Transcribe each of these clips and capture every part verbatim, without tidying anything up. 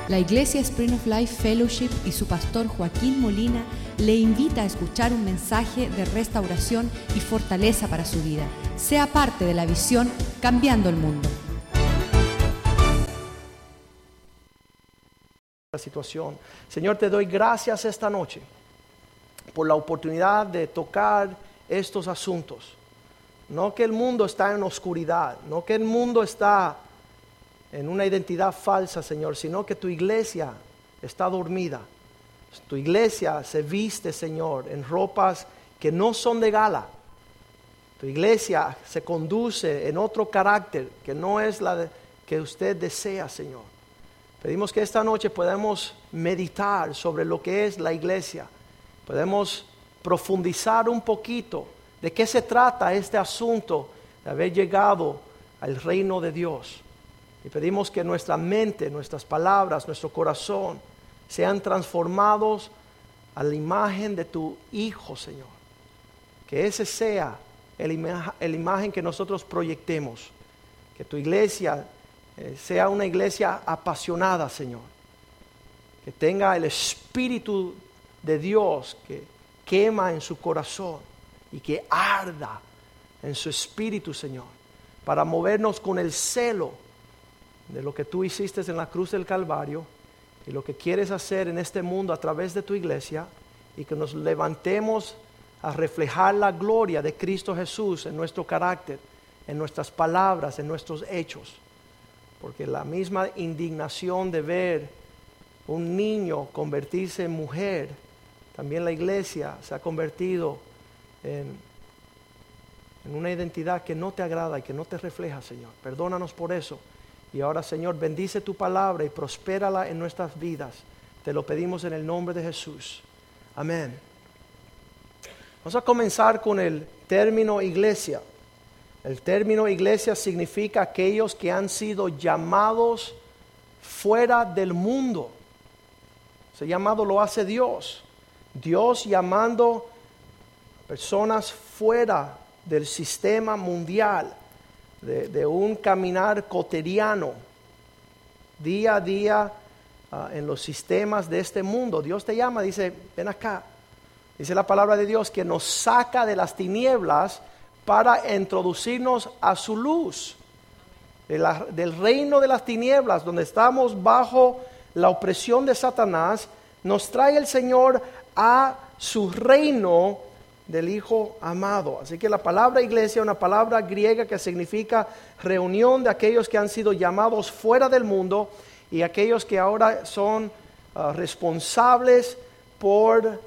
La Iglesia Spring of Life Fellowship y su pastor Joaquín Molina le invita a escuchar un mensaje de restauración y fortaleza para su vida. Sea parte de la visión Cambiando el Mundo. La situación. Señor, te doy gracias esta noche por la oportunidad de tocar estos asuntos. No que el mundo está en oscuridad, no que el mundo está en una identidad falsa, Señor, sino que tu iglesia está dormida. Tu iglesia se viste, Señor, en ropas que no son de gala. Tu iglesia se conduce en otro carácter que no es la de, que usted desea, Señor. Pedimos que esta noche podamos meditar sobre lo que es la iglesia. Podemos profundizar un poquito de qué se trata este asunto de haber llegado al reino de Dios. Y pedimos que nuestra mente, nuestras palabras, nuestro corazón sean transformados a la imagen de tu Hijo, Señor. Que ese sea el ima- la imagen que nosotros proyectemos. Que tu iglesia eh, sea una iglesia apasionada, Señor. Que tenga el Espíritu de Dios que quema en su corazón y que arda en su espíritu, Señor, para movernos con el celo de lo que tú hiciste en la cruz del Calvario y lo que quieres hacer en este mundo a través de tu iglesia, y que nos levantemos a reflejar la gloria de Cristo Jesús en nuestro carácter, en nuestras palabras, en nuestros hechos. Porque la misma indignación de ver un niño convertirse en mujer, también la iglesia se ha convertido en, en una identidad que no te agrada y que no te refleja, Señor. Perdónanos por eso. Y ahora, Señor, bendice tu palabra y prospérala en nuestras vidas. Te lo pedimos en el nombre de Jesús. Amén. Vamos a comenzar con el término iglesia. El término iglesia significa aquellos que han sido llamados fuera del mundo. Ese llamado lo hace Dios. Dios llamando personas fuera del sistema mundial. De, de un caminar cotidiano, día a día, uh, en los sistemas de este mundo. Dios te llama, dice, ven acá. Dice la palabra de Dios que nos saca de las tinieblas para introducirnos a su luz. De la, del reino de las tinieblas, donde estamos bajo la opresión de Satanás, nos trae el Señor a su reino del Hijo amado. Así que la palabra iglesia es una palabra griega que significa reunión de aquellos que han sido llamados fuera del mundo y aquellos que ahora son uh, responsables por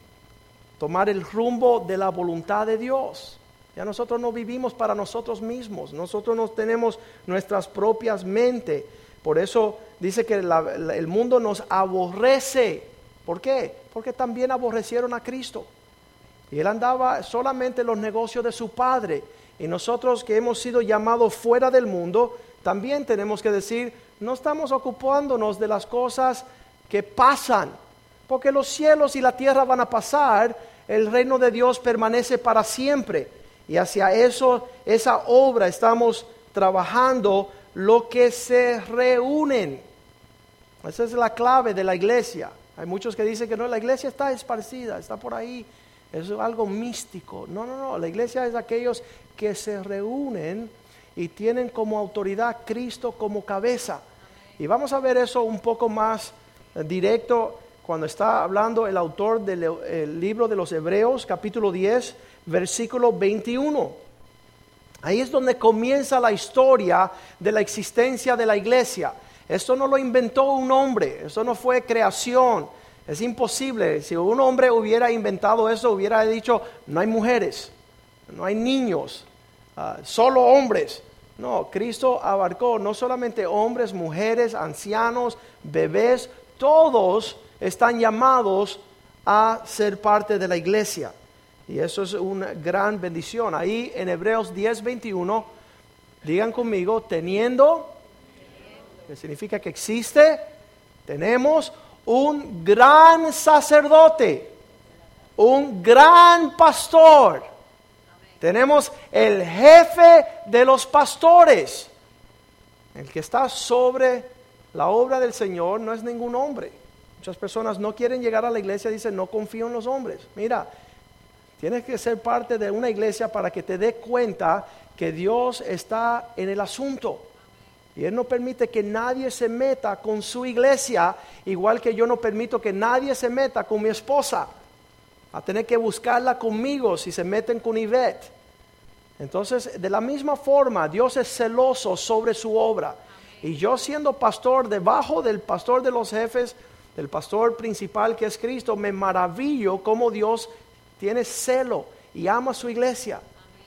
tomar el rumbo de la voluntad de Dios. Ya nosotros no vivimos para nosotros mismos, nosotros no tenemos nuestras propias mentes. Por eso dice que la, la, el mundo nos aborrece. ¿Por qué? Porque también aborrecieron a Cristo. Y él andaba solamente en los negocios de su padre. Y nosotros que hemos sido llamados fuera del mundo, también tenemos que decir, no estamos ocupándonos de las cosas que pasan. Porque los cielos y la tierra van a pasar, el reino de Dios permanece para siempre. Y hacia eso, esa obra estamos trabajando, lo que se reúnen. Esa es la clave de la iglesia. Hay muchos que dicen que no, la iglesia está esparcida, está por ahí. Es algo místico. No, no, no. La iglesia es aquellos que se reúnen y tienen como autoridad Cristo como cabeza. Y vamos a ver eso un poco más directo cuando está hablando el autor del libro de los Hebreos, capítulo diez, versículo veintiuno. Ahí es donde comienza la historia de la existencia de la iglesia. Esto no lo inventó un hombre, esto no fue creación. Es imposible. Si un hombre hubiera inventado eso, hubiera dicho, no hay mujeres, no hay niños, uh, solo hombres. No, Cristo abarcó no solamente hombres, mujeres, ancianos, bebés, todos están llamados a ser parte de la iglesia. Y eso es una gran bendición. Ahí en Hebreos diez veintiuno, digan conmigo, teniendo, que significa que existe, tenemos un gran sacerdote, un gran pastor. Tenemos el jefe de los pastores, el que está sobre La obra del Señor no es ningún hombre. Muchas personas no quieren llegar a la iglesia, dicen no confío en los hombres. Mira, tienes que ser parte de una iglesia para que te dé cuenta que Dios está en el asunto. Y Él no permite que nadie se meta con su iglesia, igual que yo no permito que nadie se meta con mi esposa. A tener que buscarla conmigo si se meten con Ivette. Entonces, de la misma forma, Dios es celoso sobre su obra. Y yo siendo pastor, debajo del pastor de los jefes, del pastor principal que es Cristo, me maravillo cómo Dios tiene celo y ama a su iglesia.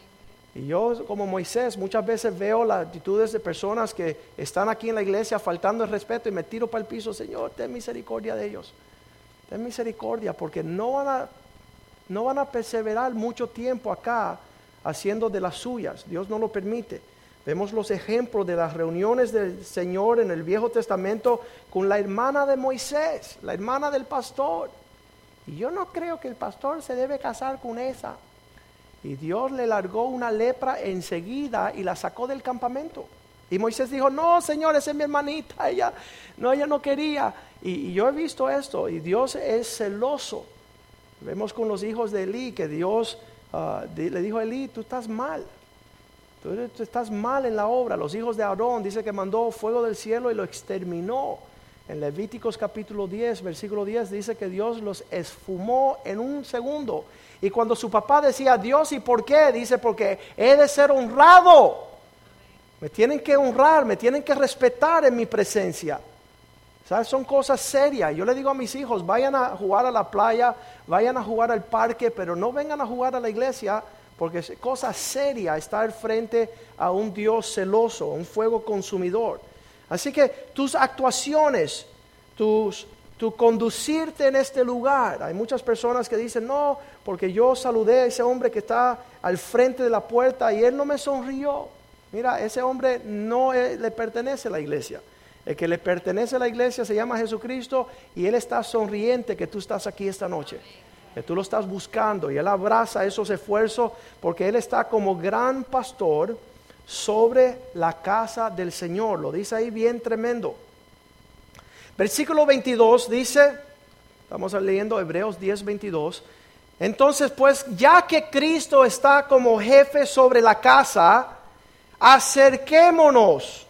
Y yo como Moisés muchas veces veo las actitudes de personas que están aquí en la iglesia faltando el respeto y me tiro para el piso. Señor, ten misericordia de ellos. Ten misericordia porque no van a, no van a perseverar mucho tiempo acá haciendo de las suyas. Dios no lo permite. Vemos los ejemplos de las reuniones del Señor en el Viejo Testamento con la hermana de Moisés, la hermana del pastor. Y yo no creo que el pastor se debe casar con esa. Y Dios le largó una lepra enseguida y la sacó del campamento. Y Moisés dijo, no, Señor, esa es mi hermanita. Ella no, ella no quería. Y, y yo he visto esto. Y Dios es celoso. Vemos con los hijos de Elí que Dios uh, de, le dijo a Elí, tú estás mal. Tú, tú estás mal en la obra. Los hijos de Aarón, dice que mandó fuego del cielo y lo exterminó. En Levíticos capítulo diez, versículo diez, dice que Dios los esfumó en un segundo. Y cuando su papá decía, Dios, ¿y por qué? Dice, porque he de ser honrado. Me tienen que honrar, me tienen que respetar en mi presencia. ¿Sabes? Son cosas serias. Yo le digo a mis hijos, vayan a jugar a la playa, vayan a jugar al parque, pero no vengan a jugar a la iglesia, porque es cosa seria estar frente a un Dios celoso, un fuego consumidor. Así que tus actuaciones, tus, tu conducirte en este lugar. Hay muchas personas que dicen, no, porque yo saludé a ese hombre que está al frente de la puerta y él no me sonrió. Mira, ese hombre no es, le pertenece a la iglesia. El que le pertenece a la iglesia se llama Jesucristo y Él está sonriente que tú estás aquí esta noche. Que tú lo estás buscando y Él abraza esos esfuerzos porque Él está como gran pastor sobre la casa del Señor. Lo dice ahí bien tremendo. Versículo veintidós dice, estamos leyendo Hebreos diez, veintidós. Entonces pues ya que Cristo está como jefe sobre la casa, acerquémonos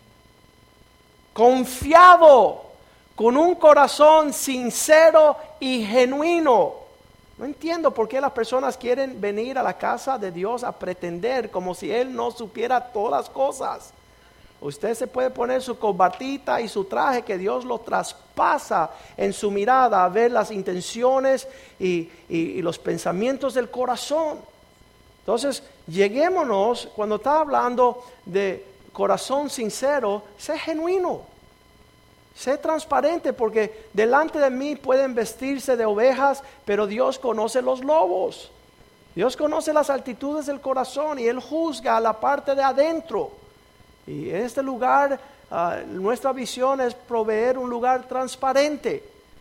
confiado, con un corazón sincero y genuino. No entiendo por qué las personas quieren venir a la casa de Dios a pretender como si Él no supiera todas las cosas. Usted se puede poner su corbatita y su traje que Dios lo traspasa en su mirada a ver las intenciones y, y, y los pensamientos del corazón. Entonces, lleguémonos, cuando está hablando de corazón sincero, sé genuino, sé transparente, porque delante de mí pueden vestirse de ovejas, pero Dios conoce los lobos. Dios conoce las altitudes del corazón y Él juzga la parte de adentro. Y en este lugar, uh, nuestra visión es proveer un lugar transparente,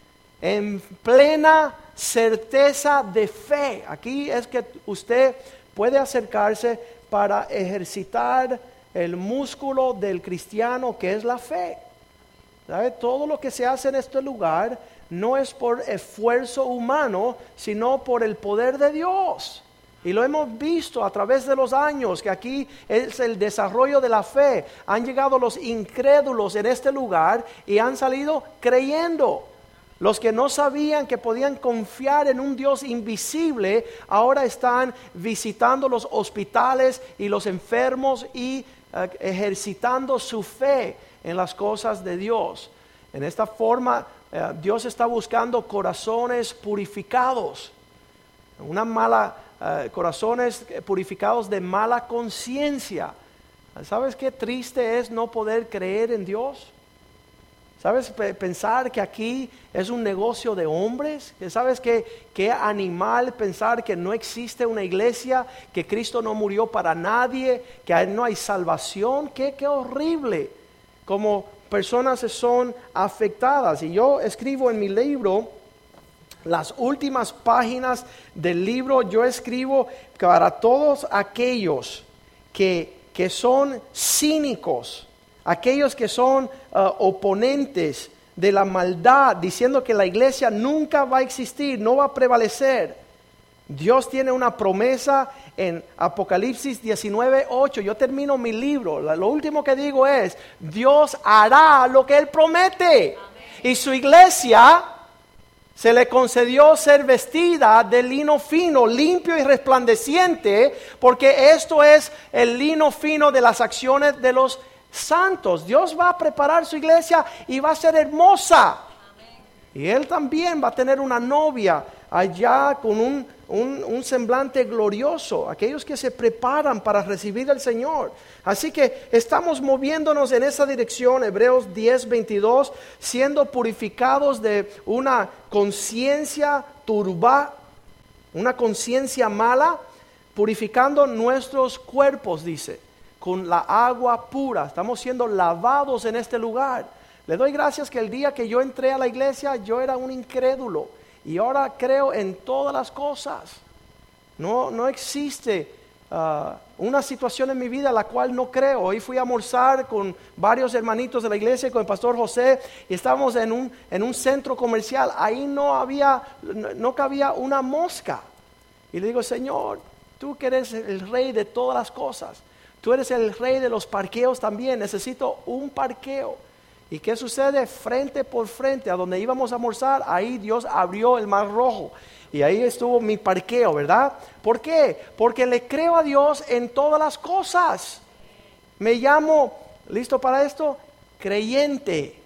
en plena certeza de fe. Aquí es que usted puede acercarse para ejercitar el músculo del cristiano, que es la fe. ¿Sabe? Todo lo que se hace en este lugar no es por esfuerzo humano, sino por el poder de Dios. Y lo hemos visto a través de los años, que aquí es el desarrollo de la fe. Han llegado los incrédulos en este lugar y han salido creyendo. Los que no sabían que podían confiar en un Dios invisible, ahora están visitando los hospitales y los enfermos y uh, ejercitando su fe en las cosas de Dios. En esta forma, uh, Dios está buscando corazones purificados, una mala, uh, corazones purificados de mala conciencia. ¿Sabes qué triste es no poder creer en Dios? ¿Sabes? Pensar que aquí es un negocio de hombres. ¿Sabes qué, qué animal pensar que no existe una iglesia, que Cristo no murió para nadie, que no hay salvación? Qué, qué horrible como personas son afectadas. Y yo escribo en mi libro, las últimas páginas del libro, yo escribo para todos aquellos que, que son cínicos aquellos que son uh, oponentes de la maldad, diciendo que la iglesia nunca va a existir, no va a prevalecer. Dios tiene una promesa en Apocalipsis diecinueve ocho. Yo termino mi libro. Lo último que digo es: Dios hará lo que Él promete. Amén. Y su iglesia se le concedió ser vestida de lino fino, limpio y resplandeciente, porque esto es el lino fino de las acciones de los santos. Dios va a preparar su iglesia y va a ser hermosa. Amén. Y Él también va a tener una novia allá con un, un, un semblante glorioso, aquellos que se preparan para recibir al Señor. Así que estamos moviéndonos en esa dirección. Hebreos diez veintidós, siendo purificados de una conciencia turba, una conciencia mala, purificando nuestros cuerpos, dice, con la agua pura. Estamos siendo lavados en este lugar. Le doy gracias que el día que yo entré a la iglesia yo era un incrédulo. Y ahora creo en todas las cosas. No, no existe uh, una situación en mi vida en la cual no creo. Hoy fui a almorzar con varios hermanitos de la iglesia, con el pastor José, y estábamos en un, en un centro comercial. Ahí no había, no, no cabía una mosca. Y le digo: Señor, tú que eres el rey de todas las cosas, tú eres el rey de los parqueos también. Necesito un parqueo. ¿Y qué sucede? Frente por frente a donde íbamos a almorzar, ahí Dios abrió el mar rojo. Y ahí estuvo mi parqueo, ¿verdad? ¿Por qué? Porque le creo a Dios en todas las cosas. Me llamo, ¿listo para esto? Creyente.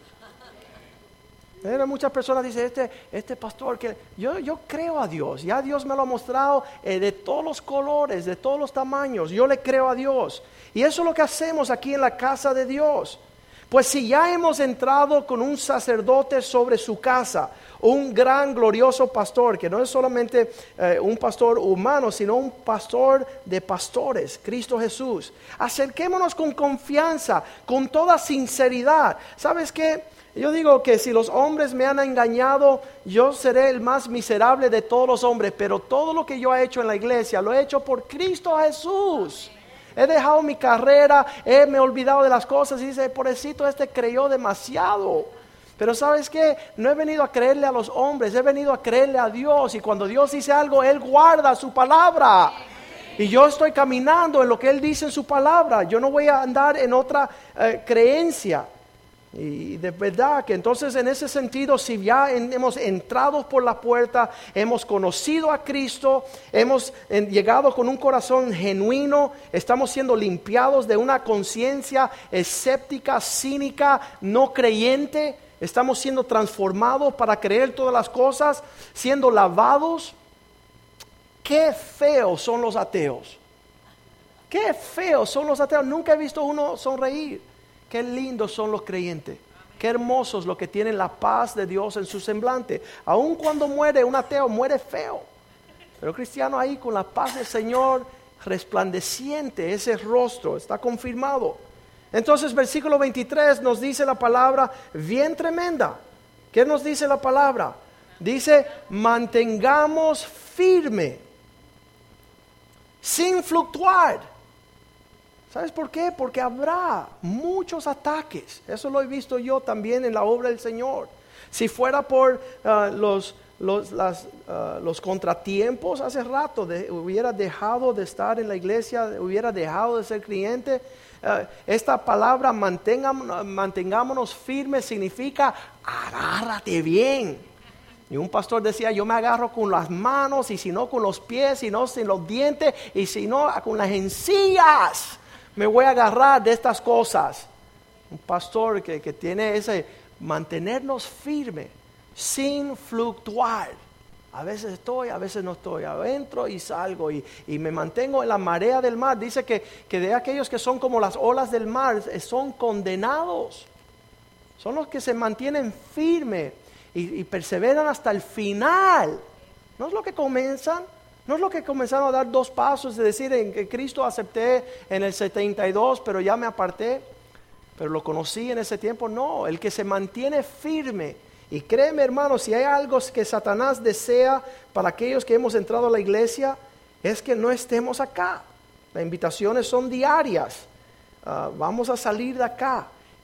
¿Eh? Muchas personas dicen: este, este pastor, que yo, yo creo a Dios. Ya Dios me lo ha mostrado eh, de todos los colores, de todos los tamaños. Yo le creo a Dios. Y eso es lo que hacemos aquí en la casa de Dios. Pues si ya hemos entrado con un sacerdote sobre su casa, un gran glorioso pastor, que no es solamente eh, un pastor humano, sino un pastor de pastores, Cristo Jesús, acerquémonos con confianza, con toda sinceridad. ¿Sabes qué? Yo digo que si los hombres me han engañado, yo seré el más miserable de todos los hombres, pero todo lo que yo he hecho en la iglesia, lo he hecho por Cristo Jesús. He dejado mi carrera, he, me he olvidado de las cosas y dice: pobrecito, este creyó demasiado. Pero ¿sabes qué? No he venido a creerle a los hombres, he venido a creerle a Dios. Y cuando Dios dice algo, Él guarda su palabra. Y yo estoy caminando en lo que Él dice en su palabra. Yo no voy a andar en otra eh, creencia. Y de verdad que entonces en ese sentido, si ya en, hemos entrado por la puerta, hemos conocido a Cristo, hemos en, llegado con un corazón genuino, estamos siendo limpiados de una conciencia escéptica, cínica, no creyente, estamos siendo transformados para creer todas las cosas, siendo lavados. Qué feos son los ateos, qué feos son los ateos. Nunca he visto uno sonreír. Qué lindos son los creyentes. Qué hermosos los que tienen la paz de Dios en su semblante. Aun cuando muere un ateo, muere feo. Pero el cristiano ahí con la paz del Señor resplandeciente, ese rostro está confirmado. Entonces versículo veintitrés nos dice la palabra bien tremenda. ¿Qué nos dice la palabra? Dice: mantengamos firme, sin fluctuar. ¿Sabes por qué? Porque habrá muchos ataques. Eso lo he visto yo también en la obra del Señor. Si fuera por uh, los, los, las, uh, los contratiempos, hace rato de, hubiera dejado de estar en la iglesia, hubiera dejado de ser creyente. Uh, esta palabra mantengamos, mantengámonos firmes significa agárrate bien. Y un pastor decía: yo me agarro con las manos, y si no con los pies, si no sin los dientes, y si no con las encías. Me voy a agarrar de estas cosas. Un pastor que, que tiene ese mantenernos firmes, sin fluctuar. A veces estoy, a veces no estoy. Entro y salgo y, y me mantengo en la marea del mar. Dice que, que de aquellos que son como las olas del mar, son condenados. Son los que se mantienen firmes y, y perseveran hasta el final. No es lo que comienzan. No es lo que comenzaron a dar dos pasos, de decir: en que Cristo acepté en el setenta y dos, pero ya me aparté, pero lo conocí en ese tiempo. No, el que se mantiene firme. Y créeme, hermano, si hay algo que Satanás desea para aquellos que hemos entrado a la iglesia, es que no estemos acá. Las invitaciones son diarias. Uh, vamos a salir de acá.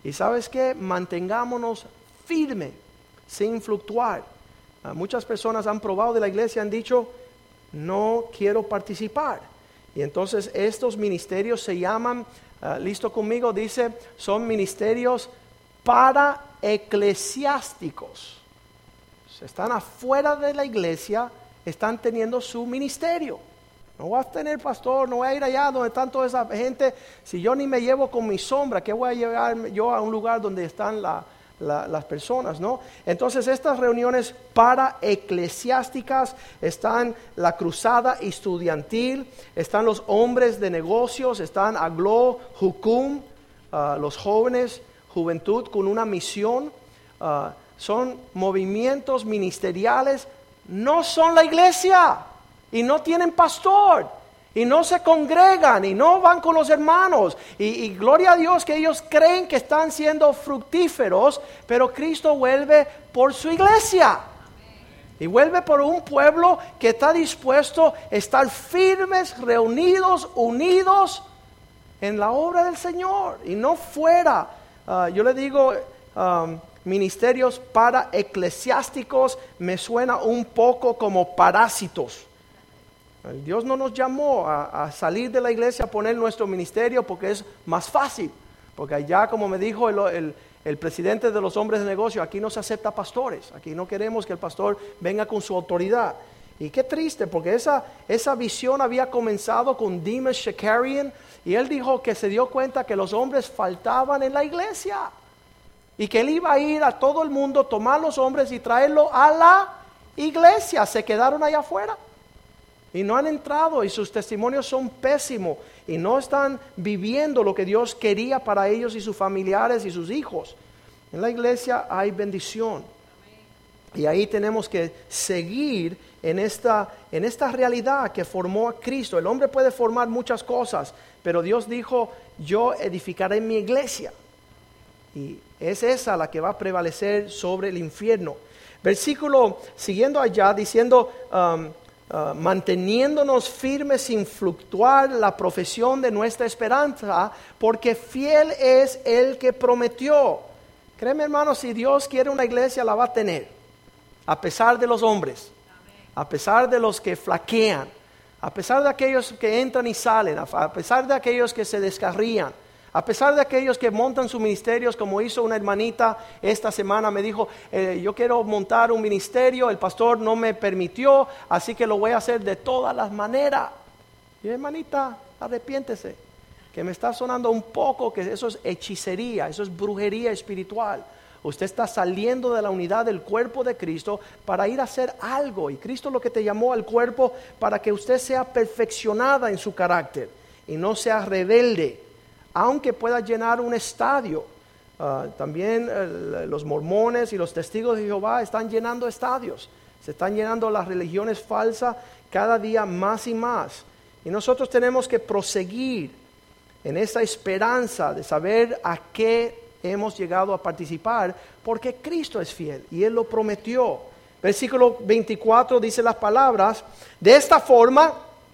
Y ¿sabes qué? Mantengámonos firmes, sin fluctuar. Uh, muchas personas han probado de la iglesia y han dicho, no quiero participar. Y entonces estos ministerios se llaman, uh, listo conmigo, dice, son ministerios para eclesiásticos. Están afuera de la iglesia, están teniendo su ministerio. No voy a tener pastor, no voy a ir allá donde están toda esa gente. Si yo ni me llevo con mi sombra, ¿qué voy a llevar yo a un lugar donde están la, la, las personas? ¿No? Entonces estas reuniones para eclesiásticas, están la cruzada estudiantil, están los hombres de negocios, están Aglo, Hukum, uh, los jóvenes, juventud con una misión. Uh, son movimientos ministeriales, no son la iglesia y no tienen pastor y no se congregan y no van con los hermanos y, y gloria a Dios que ellos creen que están siendo fructíferos, pero Cristo vuelve por su iglesia y vuelve por un pueblo que está dispuesto a estar firmes, reunidos, unidos en la obra del Señor y no fuera. Uh, yo le digo um, ministerios para eclesiásticos me suena un poco como parásitos. Dios no nos llamó a, a salir de la iglesia a poner nuestro ministerio porque es más fácil. Porque allá, como me dijo el, el, el presidente de los hombres de negocio, aquí no se acepta pastores. Aquí no queremos que el pastor venga con su autoridad. Y qué triste, porque esa, esa visión había comenzado con Demas Shakarian. Y él dijo que se dio cuenta que los hombres faltaban en la iglesia. Y que él iba a ir a todo el mundo, tomar los hombres y traerlos a la iglesia. Se quedaron allá afuera. Y no han entrado y sus testimonios son pésimos. Y no están viviendo lo que Dios quería para ellos y sus familiares y sus hijos. En la iglesia hay bendición. Y ahí tenemos que seguir en esta, en esta realidad que formó a Cristo. El hombre puede formar muchas cosas, pero Dios dijo, yo edificaré mi iglesia. Y es esa la que va a prevalecer sobre el infierno. Versículo siguiendo allá diciendo, um, uh, manteniéndonos firmes sin fluctuar la profesión de nuestra esperanza, porque fiel es el que prometió. Créeme, hermano, si Dios quiere una iglesia, la va a tener. A pesar de los hombres, a pesar de los que flaquean, a pesar de aquellos que entran y salen, a pesar de aquellos que se descarrían, a pesar de aquellos que montan sus ministerios, como hizo una hermanita esta semana, me dijo, eh, yo quiero montar un ministerio, el pastor no me permitió, así que lo voy a hacer de todas las maneras. Y hermanita, arrepiéntese, que me está sonando un poco que eso es hechicería, eso es brujería espiritual. Usted está saliendo de la unidad del cuerpo de Cristo para ir a hacer algo. Y Cristo lo que te llamó al cuerpo para que usted sea perfeccionada en su carácter y no sea rebelde. Aunque pueda llenar un estadio. Uh, también uh, los mormones y los testigos de Jehová están llenando estadios. Se están llenando las religiones falsas cada día más y más. Y nosotros tenemos que proseguir en esa esperanza de saber a qué hemos llegado a participar, porque Cristo es fiel y Él lo prometió. Versículo veinticuatro dice las palabras, de esta forma,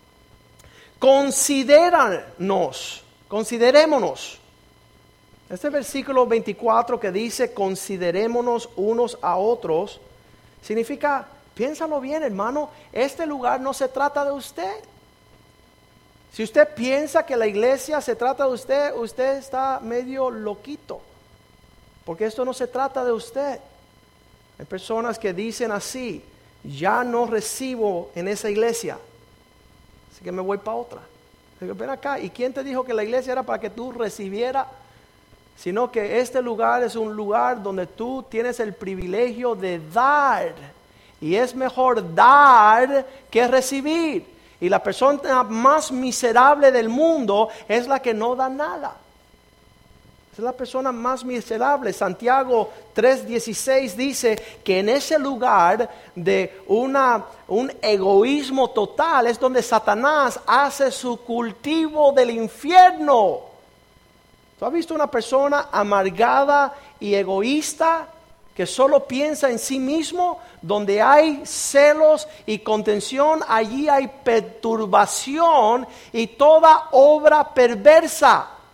considéranos. Considerémonos. Este versículo veinticuatro que dice considerémonos unos a otros, significa, piénsalo bien, hermano, este lugar no se trata de usted. Si usted piensa que la iglesia se trata de usted, usted está medio loquito, porque esto no se trata de usted. Hay personas que dicen así, ya no recibo en esa iglesia, así que me voy para otra. Ven acá, ¿y quién te dijo que la iglesia era para que tú recibieras? Sino que este lugar es un lugar donde tú tienes el privilegio de dar. Y es mejor dar que recibir. Y la persona más miserable del mundo es la que no da nada. Es la persona más miserable. Santiago tres dieciséis dice que en ese lugar de una, un egoísmo total es donde Satanás hace su cultivo del infierno. ¿Tú has visto una persona amargada y egoísta que solo piensa en sí mismo? Donde hay celos y contención, allí hay perturbación y toda obra perversa.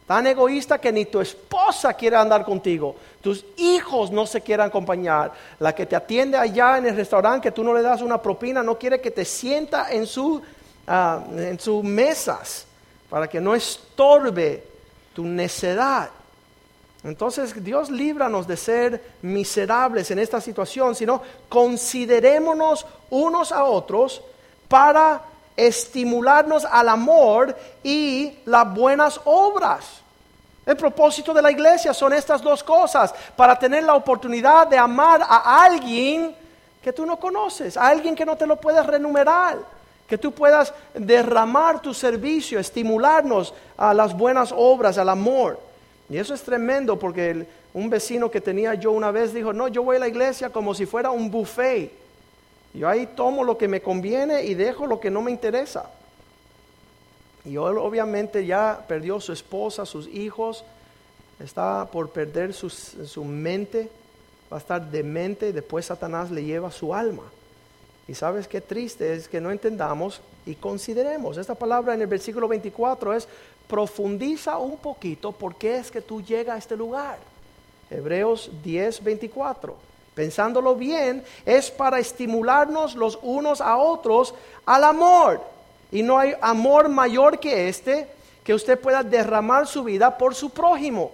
Tan egoísta que ni tu esposa quiere andar contigo. Tus hijos no se quieren acompañar. La que te atiende allá en el restaurante, que tú no le das una propina, no quiere que te sienta en su, uh, en sus mesas para que no estorbe tu necedad. Entonces Dios líbranos de ser miserables en esta situación, sino considerémonos unos a otros para estimularnos al amor y las buenas obras. El propósito de la iglesia son estas dos cosas, para tener la oportunidad de amar a alguien que tú no conoces, a alguien que no te lo puedes renumerar, que tú puedas derramar tu servicio, estimularnos a las buenas obras, al amor. Y eso es tremendo, porque el, un vecino que tenía yo una vez dijo, no, yo voy a la iglesia como si fuera un buffet. Yo ahí tomo lo que me conviene y dejo lo que no me interesa. Y él obviamente ya perdió su esposa, sus hijos, está por perder su, su mente, va a estar demente y después Satanás le lleva su alma. Y sabes qué triste es que no entendamos y consideremos. Esta palabra en el versículo veinticuatro es, profundiza un poquito por qué es que tú llegas a este lugar. Hebreos diez, veinticuatro. Pensándolo bien, es para estimularnos los unos a otros al amor. Y no hay amor mayor que este, que usted pueda derramar su vida por su prójimo.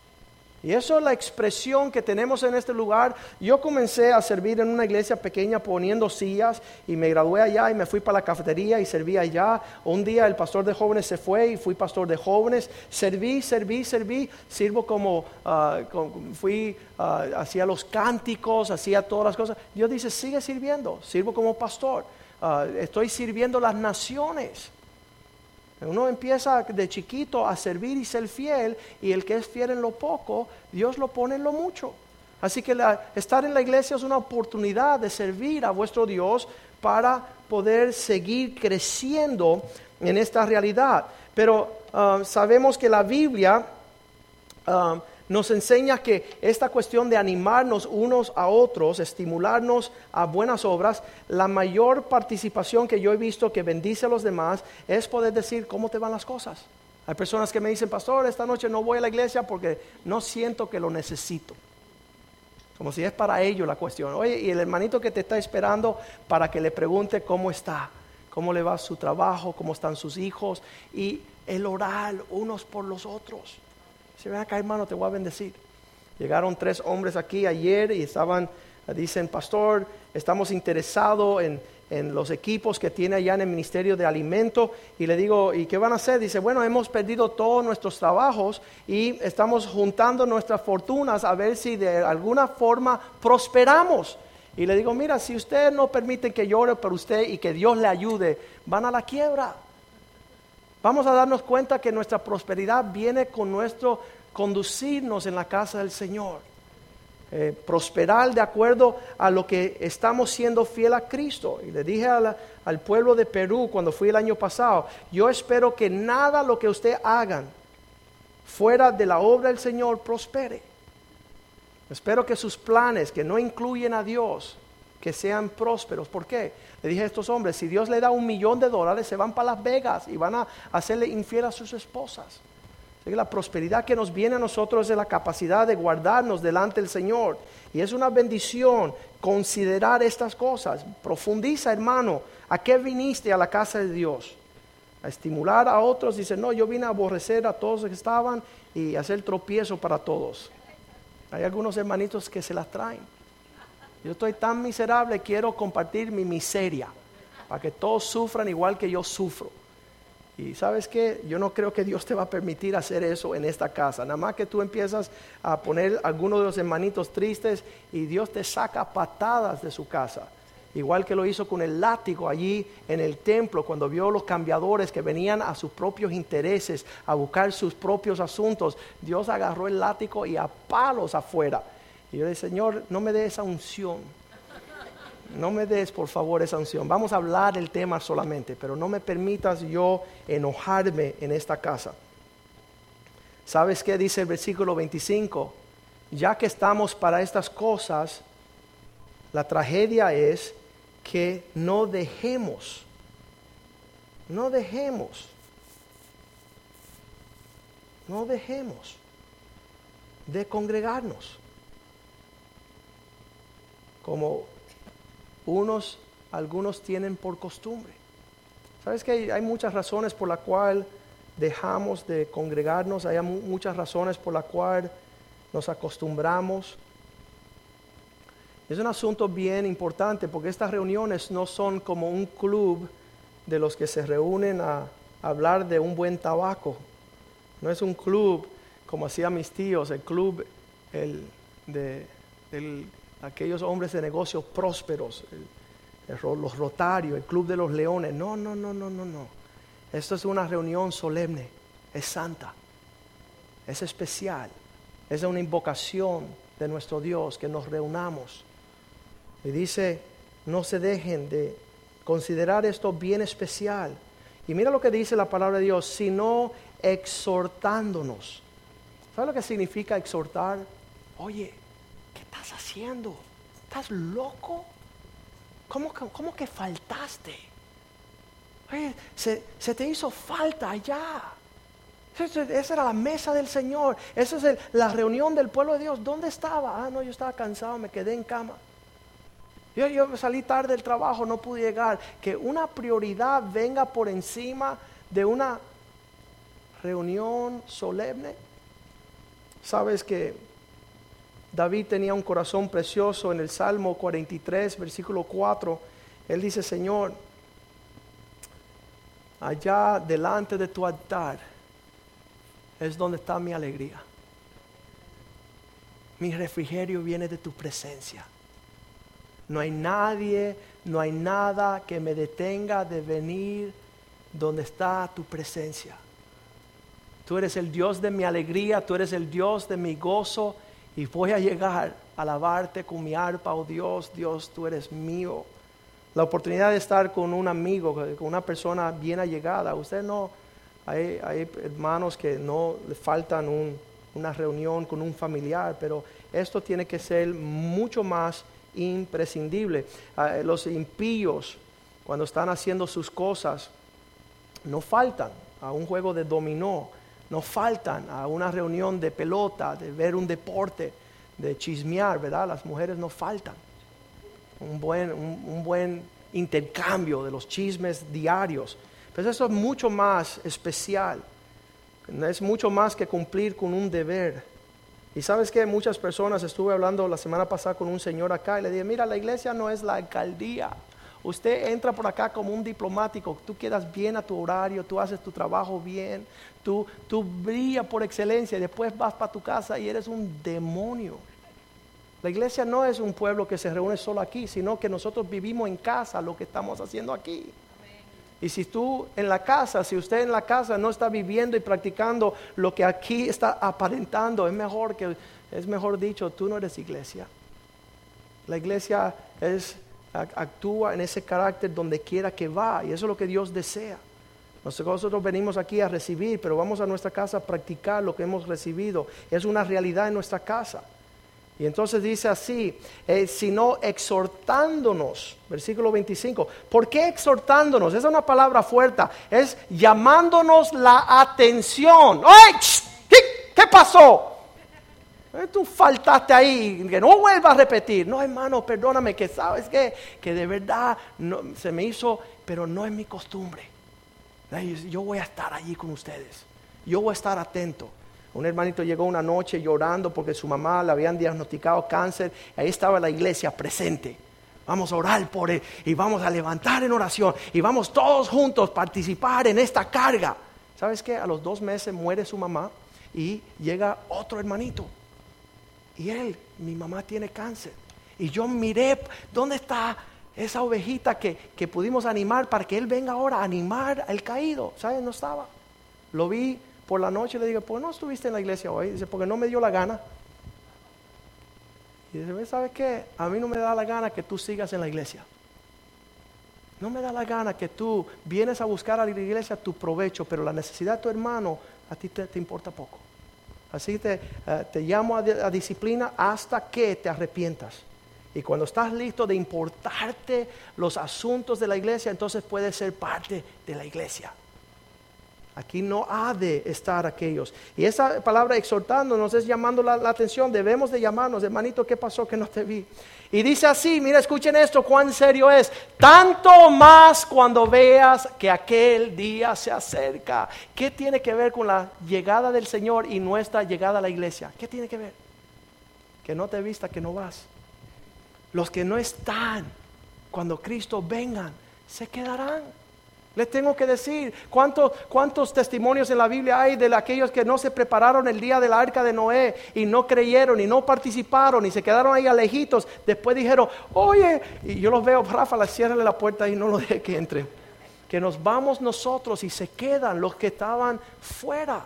Y eso es la expresión que tenemos en este lugar. Yo comencé a servir en una iglesia pequeña poniendo sillas y me gradué allá y me fui para la cafetería y serví allá. Un día el pastor de jóvenes se fue y fui pastor de jóvenes. Serví, serví, serví. Sirvo como, uh, como fui, uh, hacía los cánticos, hacía todas las cosas. Dios dice, sigue sirviendo. Sirvo como pastor. Uh, estoy sirviendo las naciones. Uno empieza de chiquito a servir y ser fiel, y el que es fiel en lo poco, Dios lo pone en lo mucho. Así que la, estar en la iglesia es una oportunidad de servir a vuestro Dios para poder seguir creciendo en esta realidad. Pero uh, sabemos que la Biblia uh, nos enseña que esta cuestión de animarnos unos a otros, estimularnos a buenas obras, la mayor participación que yo he visto que bendice a los demás es poder decir cómo te van las cosas. Hay personas que me dicen, pastor, esta noche no voy a la iglesia porque no siento que lo necesito. Como si es para ellos la cuestión. Oye, y el hermanito que te está esperando para que le pregunte cómo está, cómo le va su trabajo, cómo están sus hijos, y el orar unos por los otros. Si ven acá, hermano, te voy a bendecir. Llegaron tres hombres aquí ayer y estaban, dicen, pastor, estamos interesados en, en los equipos que tiene allá en el Ministerio de Alimento. Y le digo, ¿y qué van a hacer? Dice, bueno, hemos perdido todos nuestros trabajos y estamos juntando nuestras fortunas a ver si de alguna forma prosperamos. Y le digo, mira, si usted no permite que yo ore por usted y que Dios le ayude, van a la quiebra. Vamos a darnos cuenta que nuestra prosperidad viene con nuestro conducirnos en la casa del Señor. Eh, prosperar de acuerdo a lo que estamos siendo fiel a Cristo. Y le dije a la, al pueblo de Perú cuando fui el año pasado, yo espero que nada lo que usted hagan fuera de la obra del Señor prospere. Espero que sus planes que no incluyen a Dios, que sean prósperos. ¿Por qué? Le dije a estos hombres, si Dios le da un millón de dólares, se van para Las Vegas y van a hacerle infiel a sus esposas. Así que la prosperidad que nos viene a nosotros es de la capacidad de guardarnos delante del Señor. Y es una bendición considerar estas cosas. Profundiza, hermano, ¿a qué viniste a la casa de Dios? A estimular a otros. Dice, no, yo vine a aborrecer a todos los que estaban y hacer tropiezo para todos. Hay algunos hermanitos que se las traen. Yo estoy tan miserable, quiero compartir mi miseria para que todos sufran igual que yo sufro. Y ¿sabes qué? Yo no creo que Dios te va a permitir hacer eso en esta casa. Nada más que tú empiezas a poner a algunos de los hermanitos tristes y Dios te saca patadas de su casa. Igual que lo hizo con el látigo allí en el templo, cuando vio los cambiadores que venían a sus propios intereses, a buscar sus propios asuntos. Dios agarró el látigo y a palos afuera. Y yo le dije, Señor, no me des esa unción. No me des, por favor, esa unción. Vamos a hablar del tema solamente, pero no me permitas yo enojarme en esta casa. ¿Sabes qué dice el versículo veinticinco? Ya que estamos para estas cosas, la tragedia es que no dejemos, no dejemos no dejemos de congregarnos. Como unos, algunos tienen por costumbre. ¿Sabes que hay, hay muchas razones por las cuales dejamos de congregarnos? Hay mu- muchas razones por las cuales nos acostumbramos. Es un asunto bien importante porque estas reuniones no son como un club de los que se reúnen a hablar de un buen tabaco. No es un club como hacían mis tíos, el club el, de el, aquellos hombres de negocios prósperos, el, el, los Rotarios, el club de los leones. No, no, no, no, no, no. Esto es una reunión solemne, es santa, es especial, es una invocación de nuestro Dios que nos reunamos. Y dice, no se dejen de considerar esto bien especial. Y mira lo que dice la palabra de Dios, sino exhortándonos. ¿Sabes lo que significa exhortar? Oye, ¿qué estás haciendo? ¿Estás loco? ¿Cómo, cómo que faltaste? Oye, se, se te hizo falta allá. Esa, esa era la mesa del Señor. Esa es el, la reunión del pueblo de Dios. ¿Dónde estaba? Ah, no, yo estaba cansado, me quedé en cama. Yo, yo salí tarde del trabajo, no pude llegar. Que una prioridad venga por encima de una reunión solemne. Sabes que David tenía un corazón precioso en el Salmo cuarenta y tres, versículo cuatro. Él dice, Señor, allá delante de tu altar es donde está mi alegría. Mi refrigerio viene de tu presencia. No hay nadie, no hay nada que me detenga de venir donde está tu presencia. Tú eres el Dios de mi alegría, tú eres el Dios de mi gozo y voy a llegar a alabarte con mi arpa, oh Dios, Dios, tú eres mío. La oportunidad de estar con un amigo, con una persona bien allegada. Usted no, hay, hay hermanos que no le faltan un, una reunión con un familiar, pero esto tiene que ser mucho más imprescindible. Uh, los impíos, cuando están haciendo sus cosas, no faltan a un juego de dominó, no faltan a una reunión de pelota, de ver un deporte, de chismear, ¿verdad? Las mujeres no faltan. Un buen, un, un buen intercambio de los chismes diarios. Pero eso es mucho más especial. Es mucho más que cumplir con un deber. Y sabes que muchas personas, estuve hablando la semana pasada con un señor acá y le dije, mira, la iglesia no es la alcaldía. Usted entra por acá como un diplomático, tú quedas bien a tu horario, tú haces tu trabajo bien, tú, tú brillas por excelencia y después vas para tu casa y eres un demonio. La iglesia no es un pueblo que se reúne solo aquí, sino que nosotros vivimos en casa lo que estamos haciendo aquí. Amén. Y si tú en la casa, si usted en la casa no está viviendo y practicando lo que aquí está aparentando, es mejor que, es mejor dicho, tú no eres iglesia. La iglesia es... actúa en ese carácter donde quiera que va, y eso es lo que Dios desea. Nosotros venimos aquí a recibir, pero vamos a nuestra casa a practicar lo que hemos recibido. Es una realidad en nuestra casa. Y entonces dice así, eh, sino exhortándonos, versículo veinticinco. ¿Por qué exhortándonos? Esa es una palabra fuerte, es llamándonos la atención. ¡Ay! ¿Qué, qué pasó? Tú faltaste ahí, que no vuelva a repetir. No, hermano, perdóname, que sabes que, que de verdad no, se me hizo, pero no es mi costumbre. Yo voy a estar allí con ustedes. Yo voy a estar atento. Un hermanito llegó una noche llorando porque su mamá le habían diagnosticado cáncer. Ahí estaba la iglesia presente. Vamos a orar por él y vamos a levantar en oración y vamos todos juntos a participar en esta carga. ¿Sabes qué? A los dos meses muere su mamá y llega otro hermanito. Y él, mi mamá tiene cáncer. Y yo miré, ¿dónde está esa ovejita que, que pudimos animar para que él venga ahora a animar al caído? ¿Sabes? No estaba. Lo vi por la noche y le digo, ¿por qué no estuviste en la iglesia hoy? Dice, porque no me dio la gana. Y dice, ¿sabes qué? A mí no me da la gana que tú sigas en la iglesia. No me da la gana que tú vienes a buscar a la iglesia tu provecho, pero la necesidad de tu hermano a ti te, te importa poco. Así te, uh, te llamo a, a disciplina hasta que te arrepientas. Y cuando estás listo de importarte los asuntos de la iglesia, entonces puedes ser parte de la iglesia. Aquí no ha de estar aquellos. Y esa palabra exhortándonos es llamando la, la atención. Debemos de llamarnos, hermanito, ¿qué pasó que no te vi? Y dice así, mira, escuchen esto, cuán serio es. Tanto más cuando veas que aquel día se acerca. ¿Qué tiene que ver con la llegada del Señor y nuestra llegada a la iglesia? ¿Qué tiene que ver? Que no te vista, que no vas. Los que no están, cuando Cristo venga, se quedarán. Les tengo que decir, ¿cuántos, cuántos testimonios en la Biblia hay de aquellos que no se prepararon el día del arca de Noé y no creyeron y no participaron y se quedaron ahí alejitos? Después dijeron, oye, y yo los veo, Rafa, ciérrale la puerta y no lo deje que entre. Que nos vamos nosotros y se quedan los que estaban fuera.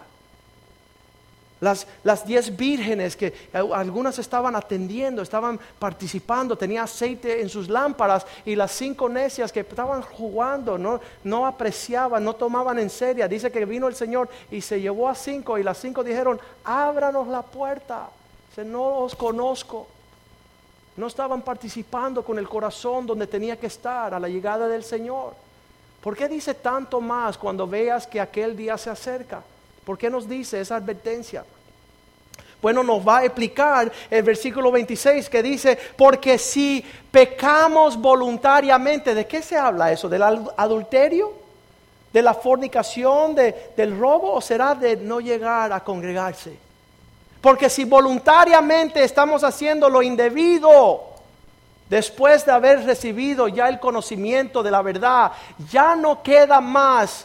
Las, las diez vírgenes que algunas estaban atendiendo, estaban participando, tenía aceite en sus lámparas, y las cinco necias que estaban jugando, no, no apreciaban, no tomaban en serio. Dice que vino el Señor y se llevó a cinco, y las cinco dijeron, ábranos la puerta. Dice, no os conozco. No estaban participando con el corazón donde tenía que estar a la llegada del Señor. ¿Por qué dice tanto más cuando veas que aquel día se acerca? ¿Por qué nos dice esa advertencia? Bueno, nos va a explicar el versículo veintiséis que dice, porque si pecamos voluntariamente, ¿de qué se habla eso? ¿Del adulterio? ¿De la fornicación? ¿De, del robo? ¿O será de no llegar a congregarse? Porque si voluntariamente estamos haciendo lo indebido, después de haber recibido ya el conocimiento de la verdad, ya no queda más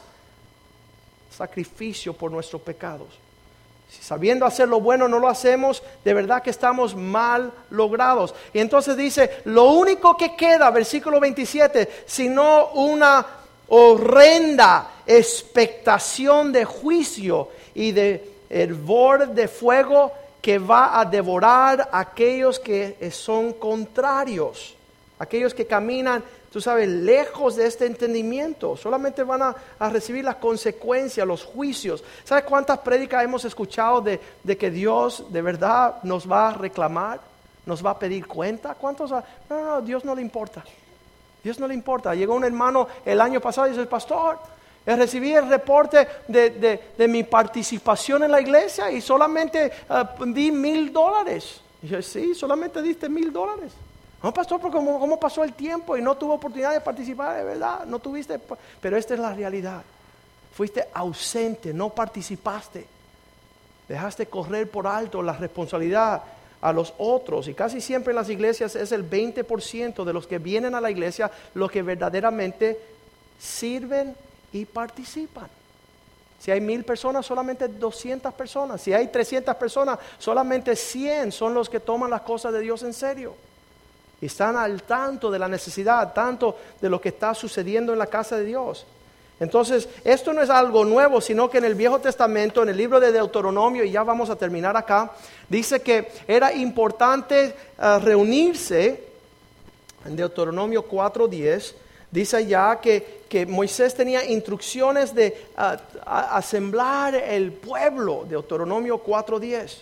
sacrificio por nuestros pecados. Si sabiendo hacer lo bueno no lo hacemos, de verdad que estamos mal logrados. Y entonces dice, lo único que queda, versículo veintisiete, sino una horrenda expectación de juicio y de hervor de fuego que va a devorar a aquellos que son contrarios, aquellos que caminan, tú sabes, lejos de este entendimiento. Solamente van a, a recibir las consecuencias, los juicios. ¿Sabes cuántas prédicas hemos escuchado de, de que Dios de verdad nos va a reclamar? ¿Nos va a pedir cuenta? ¿Cuántos? Ha, no, no, Dios no le importa. Dios no le importa. Llegó un hermano el año pasado y dice, pastor, recibí el reporte de, de, de mi participación en la iglesia y solamente uh, di mil dólares. Y yo, sí, solamente diste mil dólares. No, pastor, porque ¿cómo, ¿cómo pasó el tiempo y no tuve oportunidad de participar? De verdad, no tuviste. Pero esta es la realidad. Fuiste ausente, no participaste. Dejaste correr por alto la responsabilidad a los otros. Y casi siempre en las iglesias es el veinte por ciento de los que vienen a la iglesia los que verdaderamente sirven y participan. Si hay mil personas, solamente doscientas personas. Si hay trescientas personas, solamente cien son los que toman las cosas de Dios en serio. Y están al tanto de la necesidad, tanto de lo que está sucediendo en la casa de Dios. Entonces, esto no es algo nuevo, sino que en el Viejo Testamento, en el libro de Deuteronomio, y ya vamos a terminar acá, dice que era importante uh, reunirse. En Deuteronomio cuatro diez, dice allá que, que Moisés tenía instrucciones de uh, a, asemblar el pueblo. Deuteronomio cuatro diez.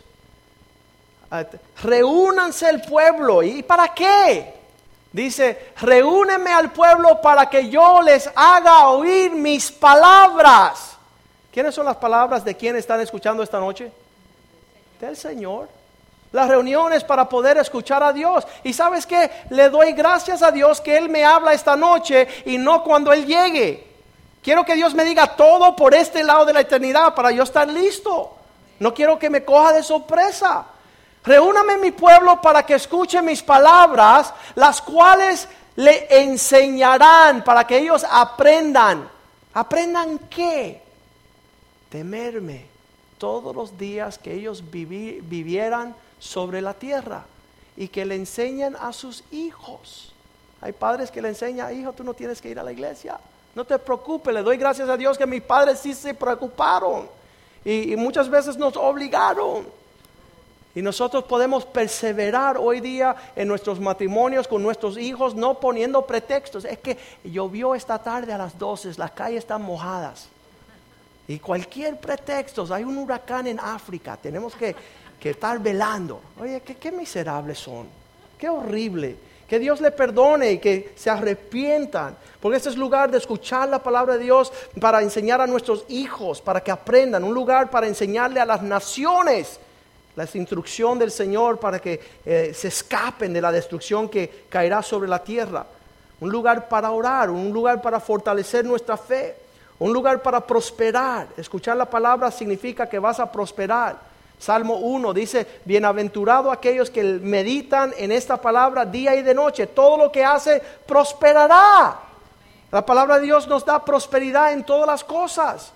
Reúnanse el pueblo. ¿Y para qué? Dice, reúneme al pueblo para que yo les haga oír mis palabras. ¿Quiénes son las palabras de quién están escuchando esta noche? Del Señor. Las reuniones para poder escuchar a Dios. Y ¿sabes qué? Le doy gracias a Dios que Él me habla esta noche y no cuando Él llegue. Quiero que Dios me diga todo por este lado de la eternidad para yo estar listo. No quiero que me coja de sorpresa. Reúname mi pueblo para que escuche mis palabras, las cuales le enseñarán para que ellos aprendan. ¿Aprendan qué? Temerme todos los días que ellos vivi- vivieran sobre la tierra y que le enseñen a sus hijos. Hay padres que le enseñan, hijo, tú no tienes que ir a la iglesia. No te preocupes, le doy gracias a Dios que mis padres sí se preocuparon y, y muchas veces nos obligaron. Y nosotros podemos perseverar hoy día en nuestros matrimonios con nuestros hijos, no poniendo pretextos. Es que llovió esta tarde a las doce, las calles están mojadas. Y cualquier pretexto, hay un huracán en África, tenemos que, que estar velando. Oye, ¿qué, qué miserables son, qué horrible. Que Que Dios le perdone y que se arrepientan. Porque este es lugar de escuchar la palabra de Dios para enseñar a nuestros hijos, para que aprendan. Un lugar para enseñarle a las naciones la instrucción del Señor para que eh, se escapen de la destrucción que caerá sobre la tierra. Un lugar para orar, un lugar para fortalecer nuestra fe, un lugar para prosperar. Escuchar la palabra significa que vas a prosperar. Salmo uno dice, bienaventurado aquellos que meditan en esta palabra día y de noche. Todo lo que hace prosperará. La palabra de Dios nos da prosperidad en todas las cosas.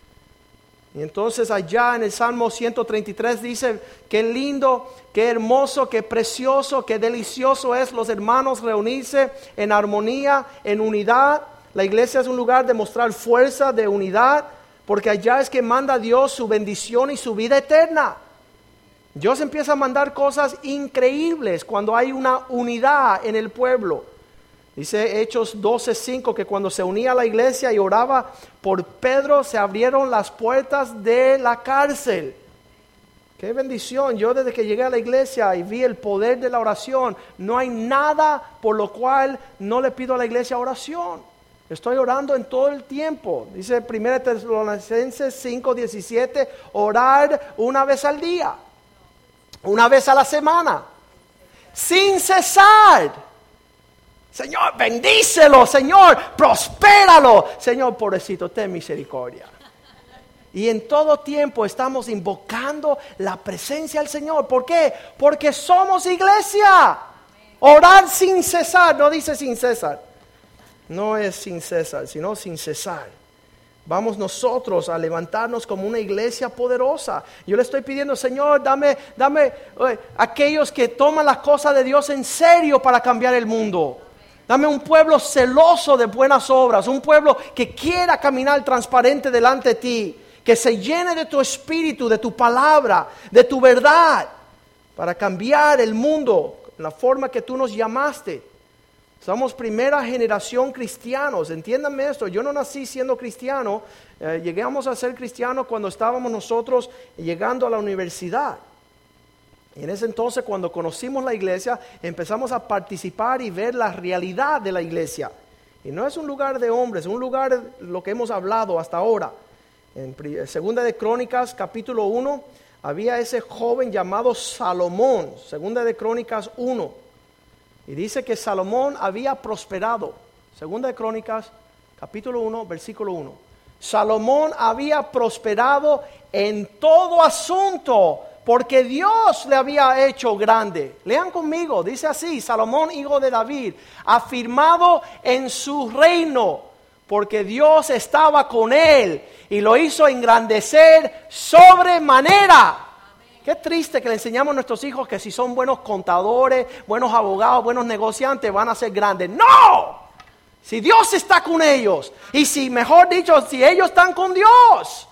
Y entonces allá en el Salmo ciento treinta y tres dice, qué lindo, qué hermoso, qué precioso, qué delicioso es los hermanos reunirse en armonía, en unidad. La iglesia es un lugar de mostrar fuerza, de unidad, porque allá es que manda Dios su bendición y su vida eterna. Dios empieza a mandar cosas increíbles cuando hay una unidad en el pueblo. Dice Hechos doce cinco que cuando se unía a la iglesia y oraba por Pedro, se abrieron las puertas de la cárcel. Qué bendición. Yo desde que llegué a la iglesia y vi el poder de la oración, no hay nada por lo cual no le pido a la iglesia oración. Estoy orando en todo el tiempo. Dice primera Tesalonicenses cinco diecisiete, orar una vez al día, una vez a la semana, sin cesar. Señor, bendícelo, Señor, prospéralo. Señor, pobrecito, ten misericordia. Y en todo tiempo estamos invocando la presencia del Señor. ¿Por qué? Porque somos iglesia. Orar sin cesar, no dice sin cesar. No es sin cesar, sino sin cesar. Vamos nosotros a levantarnos como una iglesia poderosa. Yo le estoy pidiendo, Señor, dame, dame eh, aquellos que toman las cosas de Dios en serio para cambiar el mundo. Dame un pueblo celoso de buenas obras, un pueblo que quiera caminar transparente delante de ti, que se llene de tu espíritu, de tu palabra, de tu verdad, para cambiar el mundo en la forma que tú nos llamaste. Somos primera generación cristianos, entiéndanme esto, yo no nací siendo cristiano, eh, llegamos a ser cristianos cuando estábamos nosotros llegando a la universidad. Y en ese entonces, cuando conocimos la iglesia, empezamos a participar y ver la realidad de la iglesia. Y no es un lugar de hombres, es un lugar lo que hemos hablado hasta ahora. En Segunda de Crónicas, capítulo uno, había ese joven llamado Salomón. Segunda de Crónicas uno. Y dice que Salomón había prosperado. Segunda de Crónicas, capítulo uno, versículo uno. Salomón había prosperado en todo asunto, porque Dios le había hecho grande. Lean conmigo, dice así, Salomón, hijo de David, afirmado en su reino, porque Dios estaba con él y lo hizo engrandecer sobremanera. Amén. Qué triste que le enseñamos a nuestros hijos que si son buenos contadores, buenos abogados, buenos negociantes, van a ser grandes. ¡No! Si Dios está con ellos, y si, mejor dicho, si ellos están con Dios,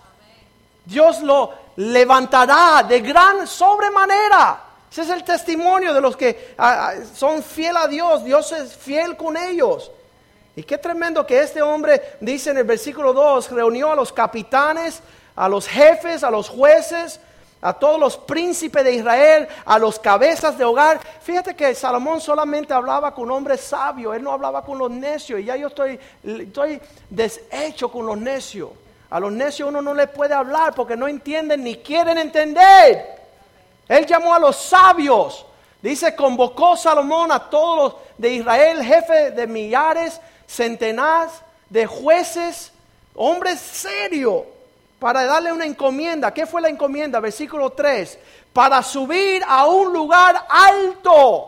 Dios lo levantará de gran sobremanera. Ese es el testimonio de los que uh, son fieles a Dios. Dios es fiel con ellos. Y qué tremendo que este hombre, dice en el versículo dos, reunió a los capitanes, a los jefes, a los jueces, a todos los príncipes de Israel, a los cabezas de hogar. Fíjate que Salomón solamente hablaba con hombres sabios, él no hablaba con los necios. Y ya yo estoy, estoy deshecho con los necios. A los necios uno no le puede hablar porque no entienden ni quieren entender. Él llamó a los sabios. Dice, convocó Salomón a todos los de Israel, jefes de millares, centenares de jueces, hombres serios, para darle una encomienda. ¿Qué fue la encomienda? Versículo tres. Para subir a un lugar alto.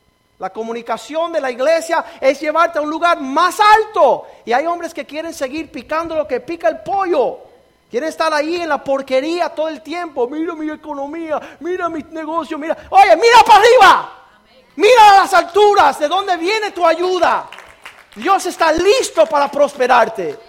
La comunicación de la iglesia es llevarte a un lugar más alto. Y hay hombres que quieren seguir picando lo que pica el pollo. Quieren estar ahí en la porquería todo el tiempo. Mira mi economía, mira mi negocio, mira. Oye, mira para arriba. Mira a las alturas, ¿de dónde viene tu ayuda? Dios está listo para prosperarte.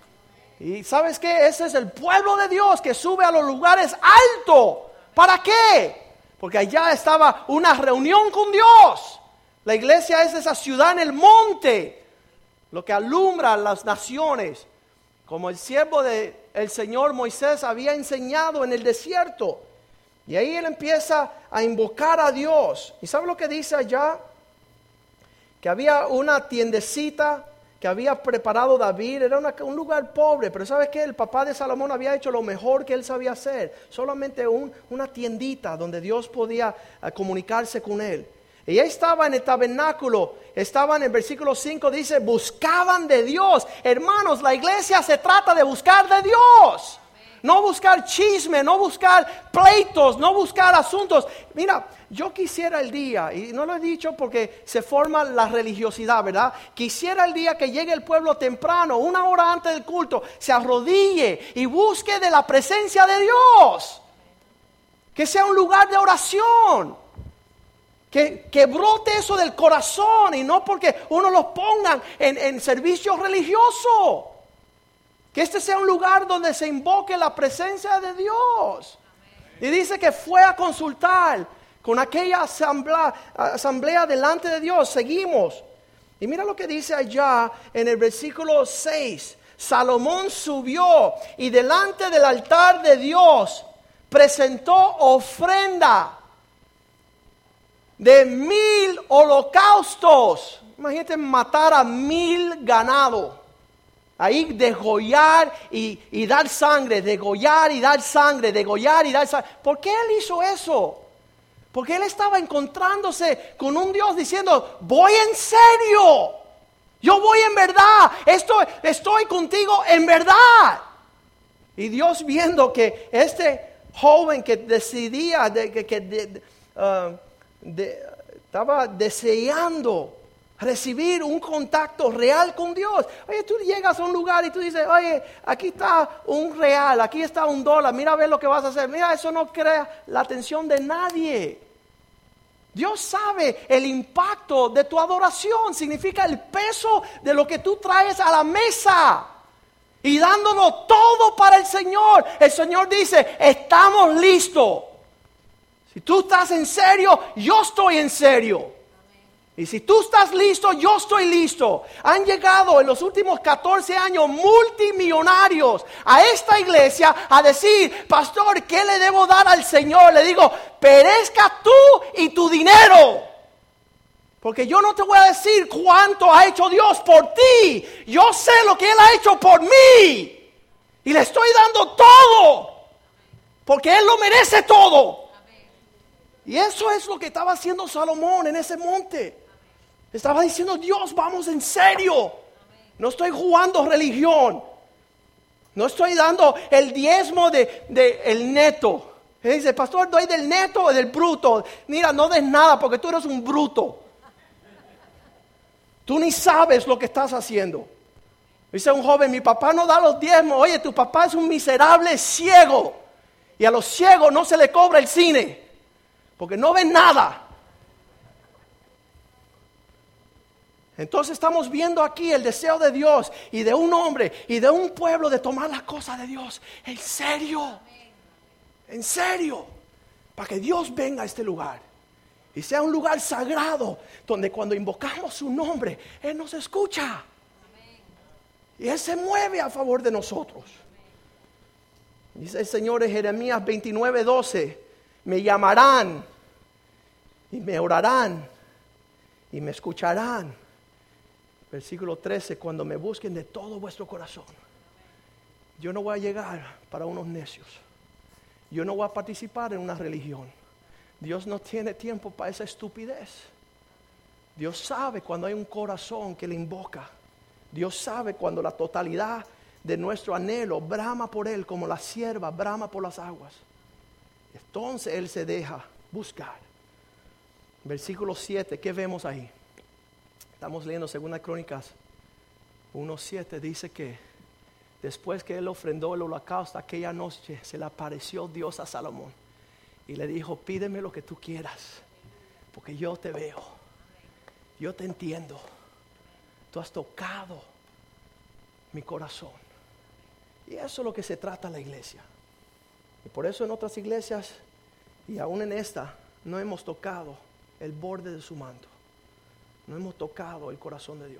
Y ¿sabes qué? Ese es el pueblo de Dios que sube a los lugares altos. ¿Para qué? Porque allá estaba una reunión con Dios. La iglesia es esa ciudad en el monte, lo que alumbra a las naciones, como el siervo del Señor Moisés había enseñado en el desierto. Y ahí él empieza a invocar a Dios. ¿Y sabe lo que dice allá? que había una tiendecita que había preparado David. Era una, un lugar pobre, pero ¿sabes qué? El papá de Salomón había hecho lo mejor que él sabía hacer. Solamente un, una tiendita donde Dios podía uh, comunicarse con él. Y ahí estaba en el tabernáculo, estaban en el versículo cinco, dice, buscaban de Dios. Hermanos, la iglesia se trata de buscar de Dios. No buscar chisme, no buscar pleitos, no buscar asuntos. Mira, yo quisiera el día, y no lo he dicho porque se forma la religiosidad, ¿verdad? Quisiera el día que llegue el pueblo temprano, una hora antes del culto, se arrodille y busque de la presencia de Dios. Que sea un lugar de oración. Que, que brote eso del corazón y no porque uno los ponga en, en servicio religioso. Que este sea un lugar donde se invoque la presencia de Dios. Amén. Y dice que fue a consultar con aquella asamblea, asamblea delante de Dios. Seguimos. Y mira lo que dice allá en el versículo seis. Salomón subió y delante del altar de Dios presentó ofrenda de mil holocaustos. Imagínate matar a mil ganado. Ahí degollar y, y dar sangre, degollar y dar sangre, degollar y dar sangre. ¿Por qué él hizo eso? Porque él estaba encontrándose con un Dios diciendo, voy en serio. Yo voy en verdad. Estoy, estoy contigo en verdad. Y Dios viendo que este joven que decidía, de, que, que de, uh, De, estaba deseando recibir un contacto real con Dios. Oye, tú llegas a un lugar y tú dices, oye, aquí está un real, aquí está un dólar, mira a ver lo que vas a hacer. Mira, eso no crea la atención de nadie. Dios sabe el impacto de tu adoración, significa el peso de lo que tú traes a la mesa. Y dándolo todo para el Señor. El Señor dice, estamos listos. Si tú estás en serio, yo estoy en serio. Amén. Y si tú estás listo, yo estoy listo. Han llegado en los últimos catorce años multimillonarios a esta iglesia a decir, pastor, ¿qué le debo dar al Señor? Le digo, perezca tú y tu dinero. Porque yo no te voy a decir cuánto ha hecho Dios por ti. Yo sé lo que Él ha hecho por mí. Y le estoy dando todo. Porque Él lo merece todo. Y eso es lo que estaba haciendo Salomón en ese monte. Estaba diciendo, Dios, vamos en serio. No estoy jugando religión. No estoy dando el diezmo de, de el neto. Él dice, pastor, doy del neto o del bruto. Mira, no des nada porque tú eres un bruto. Tú ni sabes lo que estás haciendo. Dice un joven, mi papá no da los diezmos. Oye, tu papá es un miserable ciego. Y a los ciegos no se le cobra el cine. Porque no ven nada. Entonces estamos viendo aquí el deseo de Dios y de un hombre y de un pueblo de tomar las cosas de Dios en serio. En serio. Para que Dios venga a este lugar. Y sea un lugar sagrado donde cuando invocamos su nombre, Él nos escucha. Y Él se mueve a favor de nosotros. Dice el Señor en Jeremías veintinueve doce. Me llamarán y me orarán y me escucharán. Versículo trece, cuando me busquen de todo vuestro corazón. Yo no voy a llegar para unos necios. Yo no voy a participar en una religión. Dios no tiene tiempo para esa estupidez. Dios sabe cuando hay un corazón que le invoca. Dios sabe cuando la totalidad de nuestro anhelo brama por Él como la sierva brama por las aguas. Entonces Él se deja buscar. Versículo siete, ¿qué vemos ahí? Estamos leyendo Segunda Crónicas uno siete, dice que después que Él ofrendó el holocausto, aquella noche se le apareció Dios a Salomón y le dijo, pídeme lo que tú quieras, porque yo te veo, yo te entiendo, tú has tocado mi corazón. Y eso es lo que se trata en la iglesia. Y por eso en otras iglesias y aún en esta no hemos tocado el borde de su manto. No hemos tocado el corazón de Dios.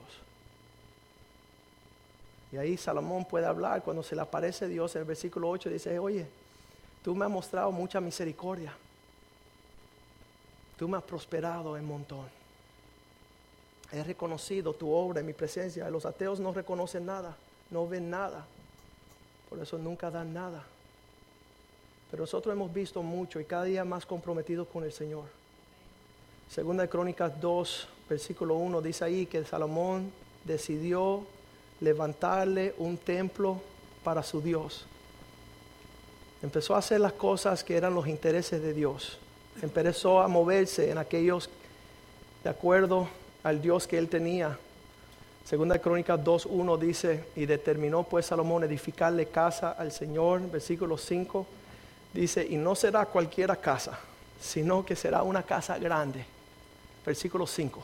Y ahí Salomón puede hablar cuando se le aparece Dios en el versículo ocho. Dice, oye, tú me has mostrado mucha misericordia. Tú me has prosperado en montón. he reconocido tu obra en mi presencia. Los ateos no reconocen nada, no ven nada, por eso nunca dan nada. Pero nosotros hemos visto mucho y cada día más comprometidos con el Señor. Segunda de Crónicas dos, versículo uno, dice ahí que Salomón decidió levantarle un templo para su Dios. Empezó a hacer las cosas que eran los intereses de Dios. Empezó a moverse en aquellos de acuerdo al Dios que él tenía. Segunda de Crónicas dos uno dice, y determinó pues Salomón edificarle casa al Señor. Versículo cinco dice, y no será cualquiera casa, sino que será una casa grande. Versículo cinco.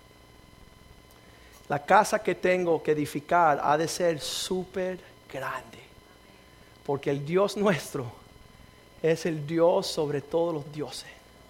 La casa que tengo que edificar ha de ser súper grande, porque el Dios nuestro es el Dios sobre todos los dioses.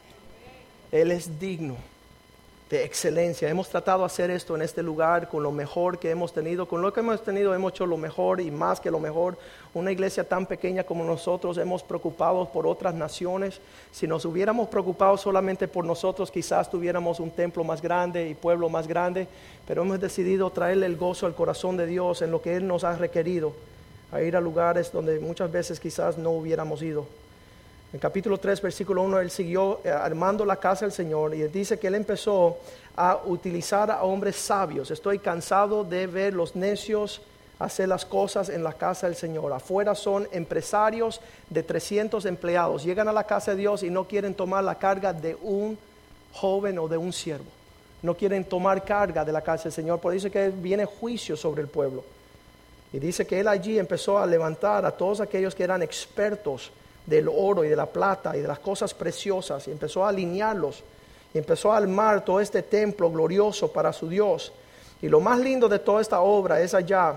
Él es digno de excelencia. Hemos tratado de hacer esto en este lugar con lo mejor que hemos tenido. Con lo que hemos tenido hemos hecho lo mejor y más que lo mejor. Una iglesia tan pequeña como nosotros hemos preocupado por otras naciones. Si nos hubiéramos preocupado solamente por nosotros, quizás tuviéramos un templo más grande y pueblo más grande. Pero hemos decidido traerle el gozo al corazón de Dios en lo que Él nos ha requerido, a ir a lugares donde muchas veces quizás no hubiéramos ido. En capítulo tres, versículo uno, él siguió armando la casa del Señor y él dice que él empezó a utilizar a hombres sabios. Estoy cansado de ver los necios hacer las cosas en la casa del Señor. Afuera son empresarios de trescientos empleados. Llegan a la casa de Dios y no quieren tomar la carga de un joven o de un siervo. No quieren tomar carga de la casa del Señor. Por eso dice que viene juicio sobre el pueblo. Y dice que él allí empezó a levantar a todos aquellos que eran expertos del oro y de la plata y de las cosas preciosas, y empezó a alinearlos y empezó a armar todo este templo glorioso para su Dios. Y lo más lindo de toda esta obra es allá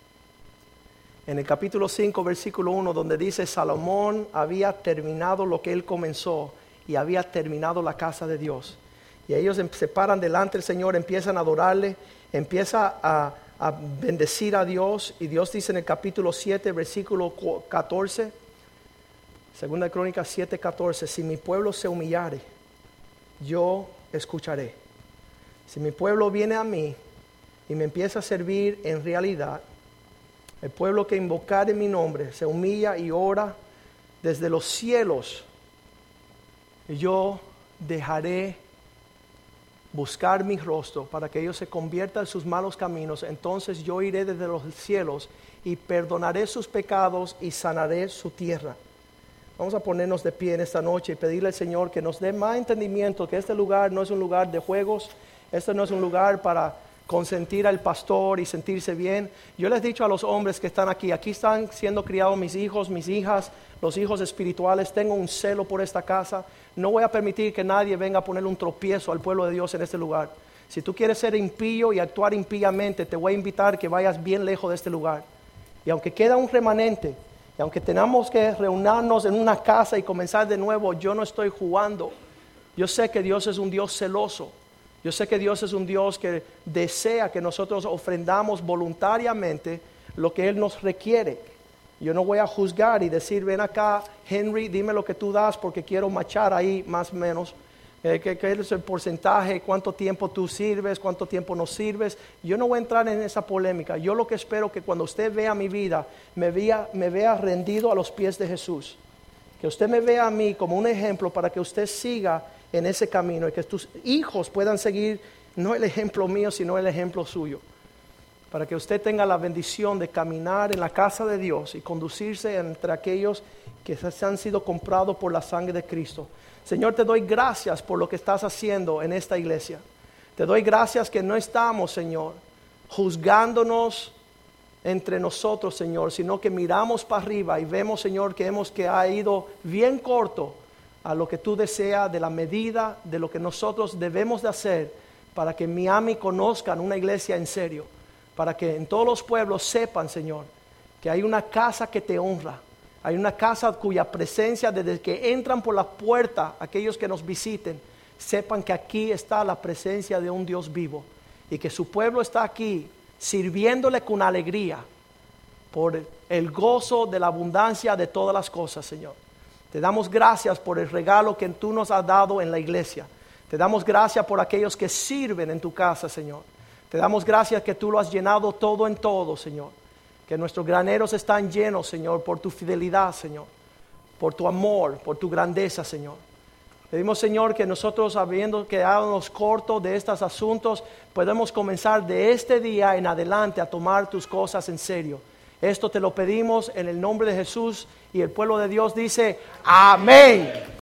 en el capítulo cinco, versículo uno, donde dice: Salomón había terminado lo que él comenzó y había terminado la casa de Dios. Y ellos se paran delante del Señor, empiezan a adorarle, empieza a, a bendecir a Dios. Y Dios dice en el capítulo siete, versículo catorce, Segunda de Crónicas siete, catorce, si mi pueblo se humillare, yo escucharé. Si mi pueblo viene a mí y me empieza a servir en realidad, el pueblo que invocare mi nombre se humilla y ora desde los cielos, yo dejaré buscar mi rostro para que ellos se conviertan en sus malos caminos. Entonces yo iré desde los cielos y perdonaré sus pecados y sanaré su tierra. Vamos a ponernos de pie en esta noche y pedirle al Señor que nos dé más entendimiento, que este lugar no es un lugar de juegos, este no es un lugar para consentir al pastor y sentirse bien. Yo les he dicho a los hombres que están aquí, aquí están siendo criados mis hijos, mis hijas, los hijos espirituales. Tengo un celo por esta casa. No voy a permitir que nadie venga a ponerle un tropiezo al pueblo de Dios en este lugar. Si tú quieres ser impío y actuar impíamente, te voy a invitar que vayas bien lejos de este lugar. Y aunque queda un remanente, y aunque tenemos que reunirnos en una casa y comenzar de nuevo, yo no estoy jugando. Yo sé que Dios es un Dios celoso. Yo sé que Dios es un Dios que desea que nosotros ofrendamos voluntariamente lo que Él nos requiere. Yo no voy a juzgar y decir: ven acá, Henry, dime lo que tú das porque quiero machar ahí más o menos. Eh, ¿qué, ¿Qué es el porcentaje? ¿Cuánto tiempo tú sirves? ¿Cuánto tiempo no sirves? Yo no voy a entrar en esa polémica. Yo lo que espero es que cuando usted vea mi vida, me vea, me vea rendido a los pies de Jesús. Que usted me vea a mí como un ejemplo para que usted siga en ese camino y que tus hijos puedan seguir no el ejemplo mío, sino el ejemplo suyo. Para que usted tenga la bendición de caminar en la casa de Dios y conducirse entre aquellos que se han sido comprados por la sangre de Cristo. Señor, te doy gracias por lo que estás haciendo en esta iglesia. Te doy gracias que no estamos, Señor, juzgándonos entre nosotros, Señor, sino que miramos para arriba y vemos, Señor, que hemos que ha ido bien corto a lo que tú deseas, de la medida de lo que nosotros debemos de hacer para que en Miami conozcan una iglesia en serio, para que en todos los pueblos sepan, Señor, que hay una casa que te honra. Hay una casa cuya presencia, desde que entran por la puerta, aquellos que nos visiten, sepan que aquí está la presencia de un Dios vivo y que su pueblo está aquí sirviéndole con alegría por el gozo de la abundancia de todas las cosas, Señor. Te damos gracias por el regalo que tú nos has dado en la iglesia. Te damos gracias por aquellos que sirven en tu casa, Señor. Te damos gracias que tú lo has llenado todo en todo, Señor. Que nuestros graneros están llenos, Señor, por tu fidelidad, Señor. Por tu amor, por tu grandeza, Señor. Pedimos, Señor, que nosotros, habiendo quedado cortos de estos asuntos, podemos comenzar de este día en adelante a tomar tus cosas en serio. Esto te lo pedimos en el nombre de Jesús, y el pueblo de Dios dice, amén.